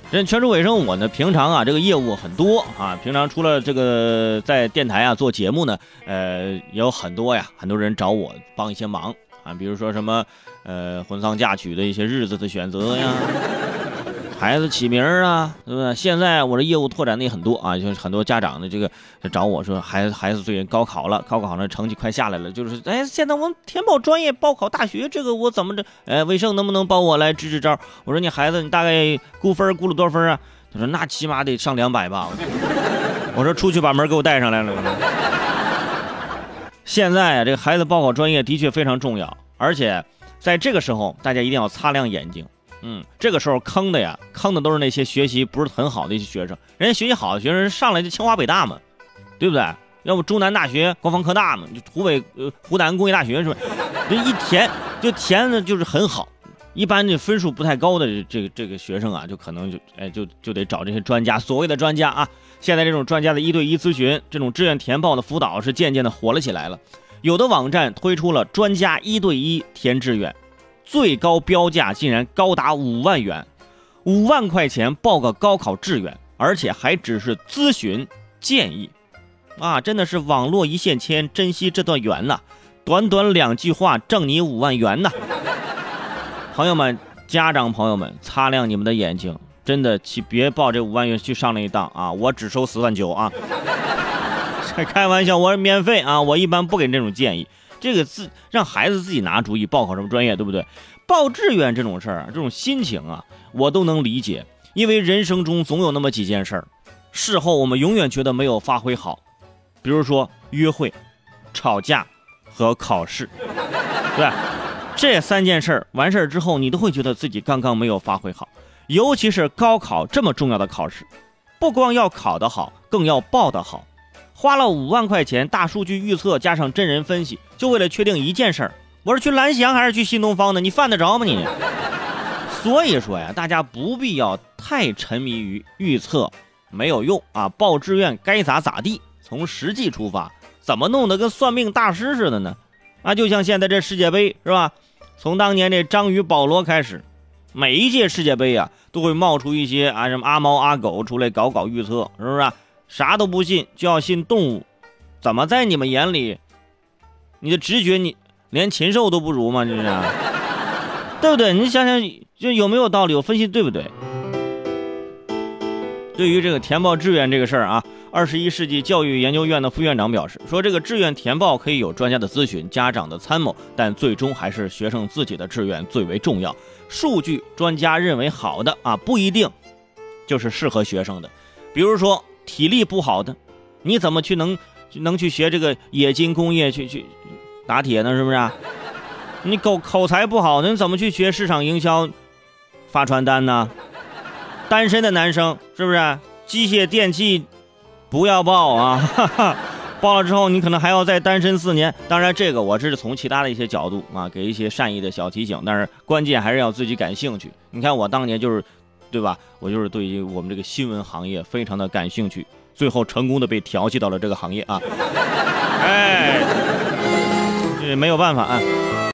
这全职尾声我呢，平常啊这个业务很多啊，平常除了这个在电台啊做节目呢，也有很多人找我帮一些忙啊，比如说什么婚丧嫁娶的一些日子的选择呀，孩子起名啊，对不对？现在我的业务拓展的也很多啊，就是很多家长的这个找我说，孩子最近高考了，高考呢成绩快下来了，就是现在我们填报专业报考大学，这个我怎么着？卫生能不能帮我来支招？我说你孩子你大概估了多少分啊？他说那起码得上200吧。我说出去把门给我带上来了。现在这个孩子报考专业的确非常重要，而且在这个时候大家一定要擦亮眼睛。这个时候坑的都是那些学习不是很好的一些学生，人家学习好的学生上来就清华北大嘛，对不对？要不中南大学、国防科大嘛，就湖南工业大学是吧？这一填的就是很好。一般这分数不太高的这个学生啊，就可能就得找这些专家，所谓的专家啊。现在这种专家的1对1咨询，这种志愿填报的辅导是渐渐的火了起来了。有的网站推出了专家1对1填志愿。最高标价竟然高达5万元，5万块钱报个高考志愿，而且还只是咨询建议啊！真的是网络一线牵，珍惜这段缘呐！短短2句话挣你5万元呐！朋友们，家长朋友们，擦亮你们的眼睛，真的别报这5万元去上那一当啊！我只收4万9啊！开玩笑，我是免费啊！我一般不给这种建议。这个让孩子自己拿主意报考什么专业，对不对？报志愿这种事儿啊，这种心情啊，我都能理解。因为人生中总有那么几件事儿，事后我们永远觉得没有发挥好，比如说约会、吵架和考试，对吧？这3件事儿完事儿之后，你都会觉得自己刚刚没有发挥好。尤其是高考这么重要的考试，不光要考得好，更要报得好。花了5万块钱，大数据预测加上真人分析，就为了确定一件事儿：我是去蓝翔还是去新东方呢？你犯得着吗你？所以说呀，大家不必要太沉迷于预测，没有用啊！报志愿该咋地，从实际出发，怎么弄得跟算命大师似的呢？啊，就像现在这世界杯是吧？从当年这章鱼保罗开始，每一届世界杯啊，都会冒出一些什么阿猫阿狗出来搞预测，是不是？啥都不信就要信动物，怎么在你们眼里，你的直觉你连禽兽都不如吗？这是对不对？你想想就有没有道理？我分析对不对？对于这个填报志愿这个事儿啊，21世纪教育研究院的副院长表示说，这个志愿填报可以有专家的咨询、家长的参谋，但最终还是学生自己的志愿最为重要。数据专家认为好的啊，不一定就是适合学生的，比如说体力不好的，你怎么去能去学这个冶金工业去打铁呢？是不是啊？你口才不好的，你怎么去学市场营销发传单呢？单身的男生是不是机械电器不要报啊？报了之后你可能还要再单身4年。当然这个我是从其他的一些角度啊给一些善意的小提醒，但是关键还是要自己感兴趣。你看我当年就是对吧，我就是对于我们这个新闻行业非常的感兴趣，最后成功的被调剂到了这个行业啊。这没有办法啊。